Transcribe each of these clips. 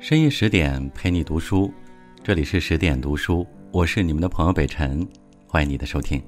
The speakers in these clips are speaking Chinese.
深夜10点陪你读书，这里是10点读书，我是你们的朋友北辰，欢迎你的收听。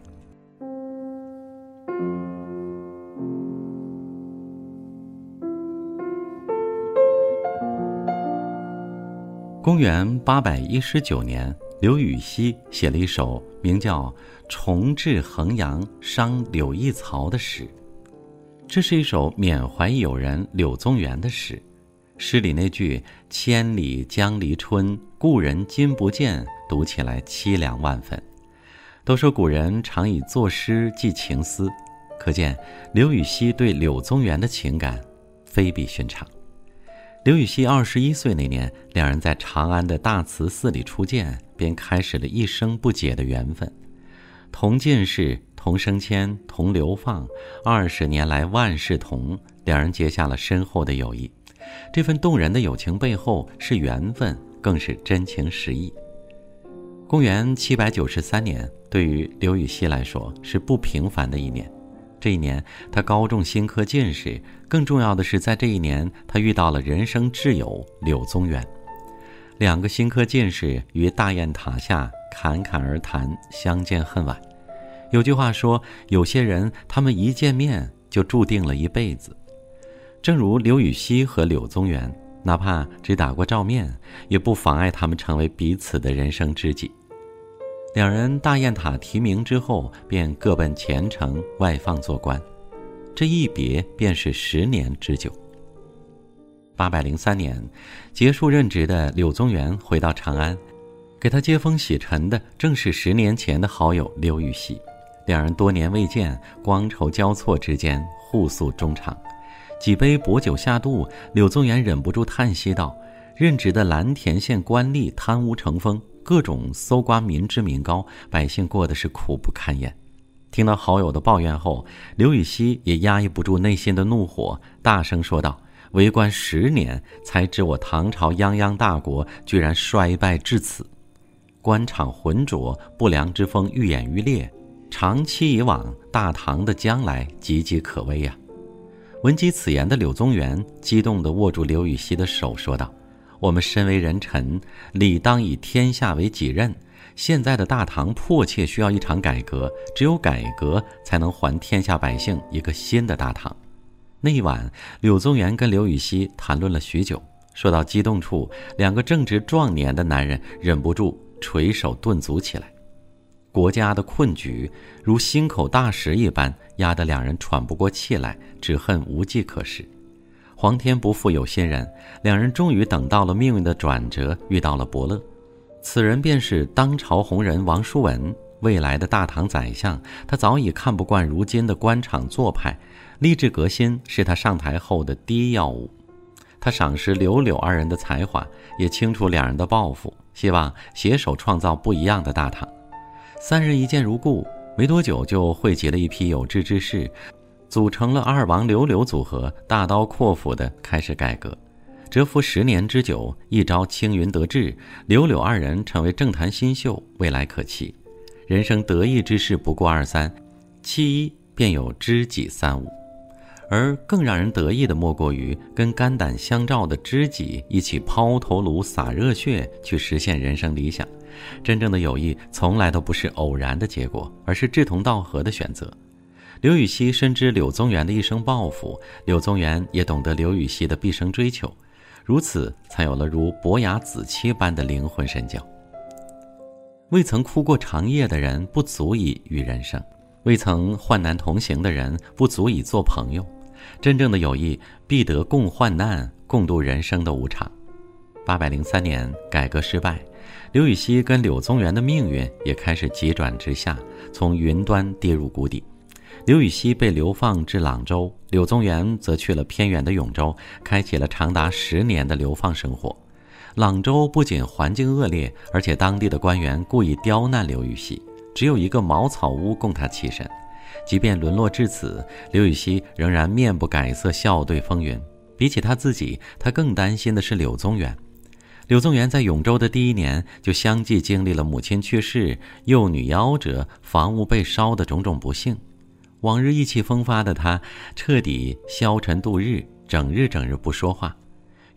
公元819年，刘禹锡写了一首名叫《重至衡阳伤柳毅曹》的诗。这是一首缅怀友人柳宗元的诗。诗里那句“千里江离春，故人今不见”读起来凄凉万分。都说古人常以作诗寄情思，可见刘禹锡对柳宗元的情感非比寻常。刘禹锡21岁那年，两人在长安的大慈寺里初见，便开始了一生不解的缘分。同进士，同升迁，同流放，20年来万事同，两人结下了深厚的友谊。这份动人的友情背后是缘分，更是真情实意。公元793年，对于刘禹锡来说是不平凡的一年。这一年他高中新科进士，更重要的是在这一年他遇到了人生挚友柳宗元。两个新科进士于大雁塔下侃侃而谈，相见恨晚。有句话说，有些人他们一见面就注定了一辈子。正如刘禹锡和柳宗元，哪怕只打过照面，也不妨碍他们成为彼此的人生知己。两人大雁塔题名之后，便各奔前程，外放做官。这一别便是10年之久。803年，结束任职的柳宗元回到长安，给他接风洗尘的正是10年前的好友刘禹锡。两人多年未见，光筹交错之间，互诉衷肠。几杯薄酒下肚，柳宗元忍不住叹息道：任职的蓝田县官吏贪污成风，各种搜刮民脂民膏，百姓过得是苦不堪言。听到好友的抱怨后，刘禹锡也压抑不住内心的怒火，大声说道：为官10年，才知我唐朝泱泱大国居然衰败至此，官场浑浊，不良之风愈演愈烈，长期以往，大唐的将来岌岌可危啊！闻及此言的柳宗元激动地握住刘禹锡的手，说道：我们身为人臣，理当以天下为己任，现在的大唐迫切需要一场改革，只有改革才能还天下百姓一个新的大唐。那一晚，柳宗元跟刘禹锡谈论了许久，说到激动处，两个正值壮年的男人忍不住垂手顿足起来。国家的困局如心口大石一般，压得两人喘不过气来，只恨无计可施。皇天不负有心人，两人终于等到了命运的转折，遇到了伯乐。此人便是当朝红人王叔文，未来的大唐宰相。他早已看不惯如今的官场做派，立志革新是他上台后的第一要务。他赏识刘柳二人的才华，也清楚两人的抱负，希望携手创造不一样的大唐。三人一见如故，没多久就汇集了一批有志之士，组成了二王刘柳组合，大刀阔斧地开始改革。蛰伏10年之久，一朝青云得志，刘柳二人成为政坛新秀，未来可期。人生得意之事不过23，其一便有知己3-5。而更让人得意的莫过于跟肝胆相照的知己一起抛头颅洒热血，去实现人生理想。真正的友谊从来都不是偶然的结果，而是志同道合的选择。刘禹锡深知柳宗元的一生抱负，柳宗元也懂得刘禹锡的毕生追求，如此才有了如伯牙子期般的灵魂深交。未曾哭过长夜的人不足以与人生，未曾患难同行的人不足以做朋友。真正的友谊必得共患难，共度人生的无常。803年，改革失败，刘禹锡跟柳宗元的命运也开始急转直下，从云端跌入谷底。刘禹锡被流放至朗州，柳宗元则去了偏远的永州，开启了长达10年的流放生活。朗州不仅环境恶劣，而且当地的官员故意刁难刘禹锡，只有一个茅草屋供他栖身。即便沦落至此，刘禹锡仍然面不改色，笑对风云。比起他自己，他更担心的是柳宗元。柳宗元在永州的第1年就相继经历了母亲去世、幼女夭折、房屋被烧的种种不幸。往日意气风发的他彻底消沉度日，整日不说话。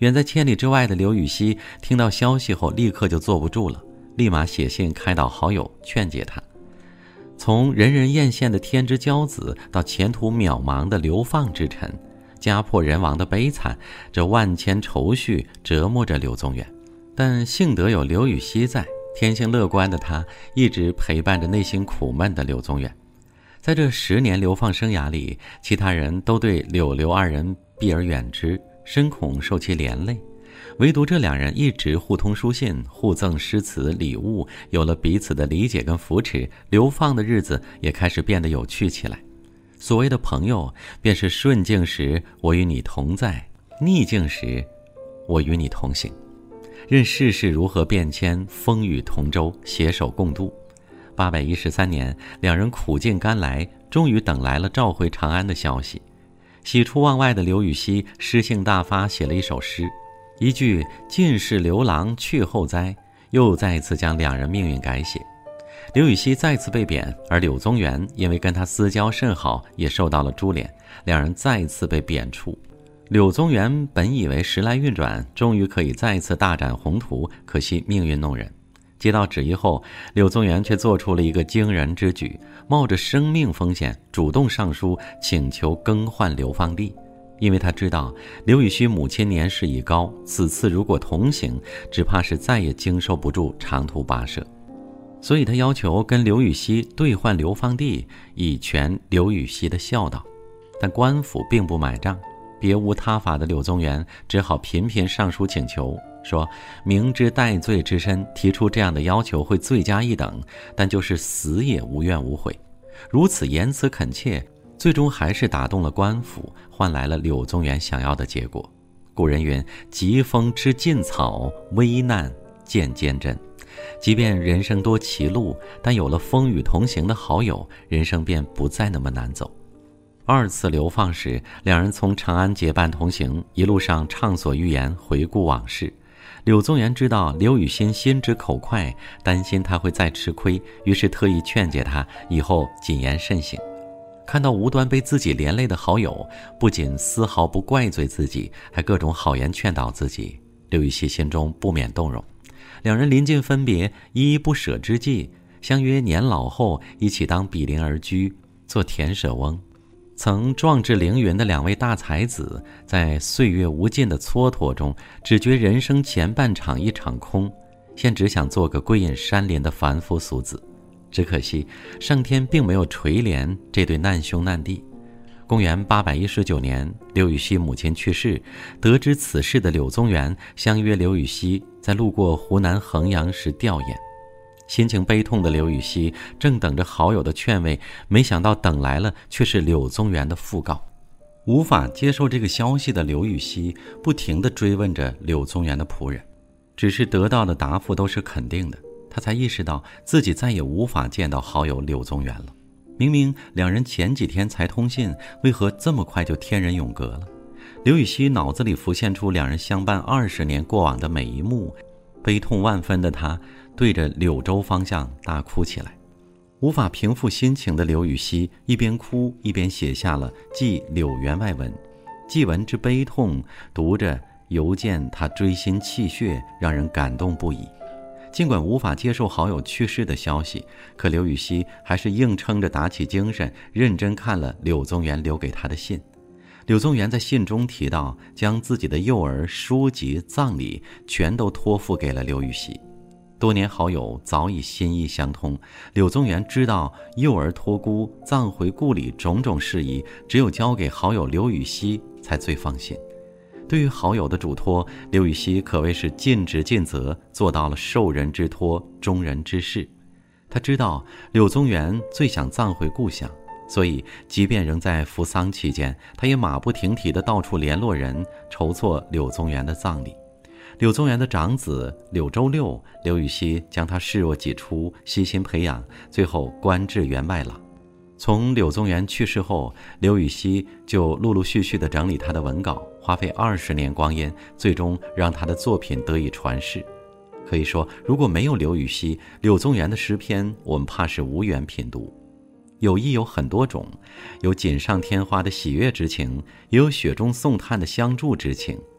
远在千里之外的刘禹锡听到消息后立刻就坐不住了，立马写信开导好友，劝解他。从人人艳羡的天之骄子到前途渺茫的流放之臣，家破人亡的悲惨，这万千愁绪折磨着柳宗元。但幸得有刘禹锡在，天性乐观的他一直陪伴着内心苦闷的柳宗元。在这10年流放生涯里，其他人都对柳刘二人避而远之，深恐受其连累，唯独这两人一直互通书信，互赠诗词礼物，有了彼此的理解跟扶持，流放的日子也开始变得有趣起来。所谓的朋友，便是顺境时我与你同在，逆境时我与你同行，任世事如何变迁，风雨同舟，携手共度。813年，两人苦尽甘来，终于等来了召回长安的消息。喜出望外的刘禹锡诗兴大发，写了一首诗，一句尽是刘郎去后哉，又再次将两人命运改写。刘禹锡再次被贬，而柳宗元因为跟他私交甚好，也受到了株连，两人再次被贬黜。柳宗元本以为时来运转，终于可以再次大展宏图，可惜命运弄人。接到旨意后，柳宗元却做出了一个惊人之举，冒着生命风险主动上书请求更换流放地。因为他知道刘禹锡母亲年事已高，此次如果同行，只怕是再也经受不住长途跋涉，所以他要求跟刘禹锡兑换流放地，以全刘禹锡的孝道。但官府并不买账，别无他法的柳宗元只好频频上书请求，说明知戴罪之身，提出这样的要求会罪加一等，但就是死也无怨无悔。如此言辞恳切，最终还是打动了官府，换来了柳宗元想要的结果。古人云：疾风知劲草，危难见坚贞。即便人生多歧路，但有了风雨同行的好友，人生便不再那么难走。2次流放时，两人从长安结伴同行，一路上畅所欲言，回顾往事。柳宗元知道刘禹锡心直口快，担心他会再吃亏，于是特意劝解他以后谨言慎行。看到无端被自己连累的好友，不仅丝毫不怪罪自己，还各种好言劝导自己，刘禹锡心中不免动容。两人临近分别，依依不舍之际，相约年老后一起当比邻而居，做田舍翁。曾壮志凌云的两位大才子，在岁月无尽的蹉跎中，只觉人生前半场一场空，现只想做个归隐山林的凡夫俗子。只可惜上天并没有垂怜这对难兄难弟。公元819年，刘禹锡母亲去世，得知此事的柳宗元相约刘禹锡在路过湖南衡阳时吊唁。心情悲痛的刘禹锡正等着好友的劝慰，没想到等来了却是柳宗元的讣告。无法接受这个消息的刘禹锡不停地追问着柳宗元的仆人，只是得到的答复都是肯定的，他才意识到自己再也无法见到好友柳宗元了。明明两人前几天才通信，为何这么快就天人永隔了？刘禹锡脑子里浮现出两人相伴20年过往的每一幕，悲痛万分的他对着柳州方向大哭起来。无法平复心情的刘禹锡一边哭一边写下了《寄柳员外文》，祭文之悲痛，读着犹见他锥心泣血，让人感动不已。尽管无法接受好友去世的消息，可刘禹锡还是硬撑着打起精神，认真看了柳宗元留给他的信。柳宗元在信中提到，将自己的幼儿、书籍、葬礼全都托付给了刘禹锡。多年好友早已心意相通，柳宗元知道幼儿托孤、葬回故里种种事宜，只有交给好友刘禹锡才最放心。对于好友的嘱托，刘禹锡可谓是尽职尽责，做到了受人之托，忠人之事。他知道柳宗元最想葬回故乡，所以即便仍在服丧期间，他也马不停蹄地到处联络人，筹措柳宗元的葬礼。柳宗元的长子柳周六，刘禹锡将他视若己出，悉心培养，最后官至员外郎。从柳宗元去世后，刘禹锡就陆陆续续地整理他的文稿，花费20年光阴，最终让他的作品得以传世。可以说，如果没有刘禹锡，柳宗元的诗篇我们怕是无缘品读。友谊有很多种，有锦上添花的喜悦之情，也有雪中送炭的相助之情，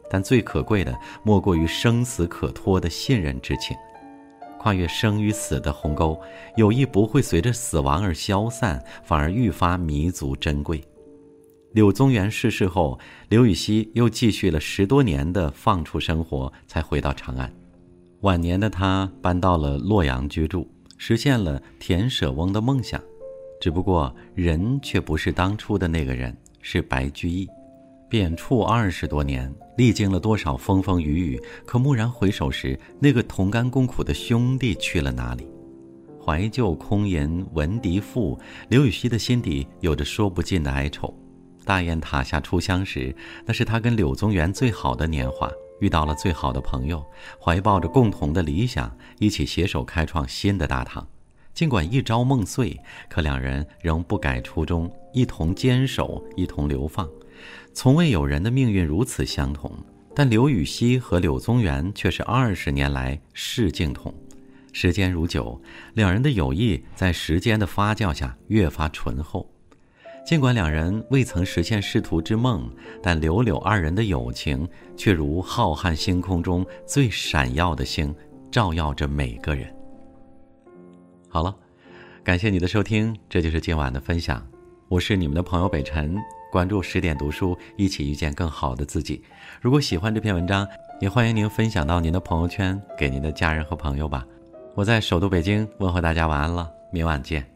但最可贵的莫过于生死可托的信任之情。跨越生与死的鸿沟，友谊不会随着死亡而消散，反而愈发弥足珍贵。柳宗元逝世后，刘禹锡又继续了10多年的放逐生活，才回到长安。晚年的他搬到了洛阳居住，实现了田舍翁的梦想。只不过人却不是当初的那个人，是白居易。贬黜20多年，历经了多少风风雨雨，可蓦然回首时，那个同甘共苦的兄弟去了哪里？怀旧空吟闻笛赋，刘禹锡的心底有着说不尽的哀愁。大雁塔下初相识，那是他跟柳宗元最好的年华，遇到了最好的朋友，怀抱着共同的理想，一起携手开创新的大唐。尽管一朝梦碎，可两人仍不改初衷，一同坚守，一同流放。从未有人的命运如此相同，但刘禹锡和柳宗元却是20年来世径同。时间如酒，两人的友谊在时间的发酵下越发醇厚。尽管两人未曾实现仕途之梦，但柳柳二人的友情却如浩瀚星空中最闪耀的星，照耀着每个人。好了，感谢你的收听，这就是今晚的分享。我是你们的朋友北辰，关注10点读书，一起遇见更好的自己。如果喜欢这篇文章，也欢迎您分享到您的朋友圈，给您的家人和朋友吧。我在首都北京问候大家晚安了，明晚见。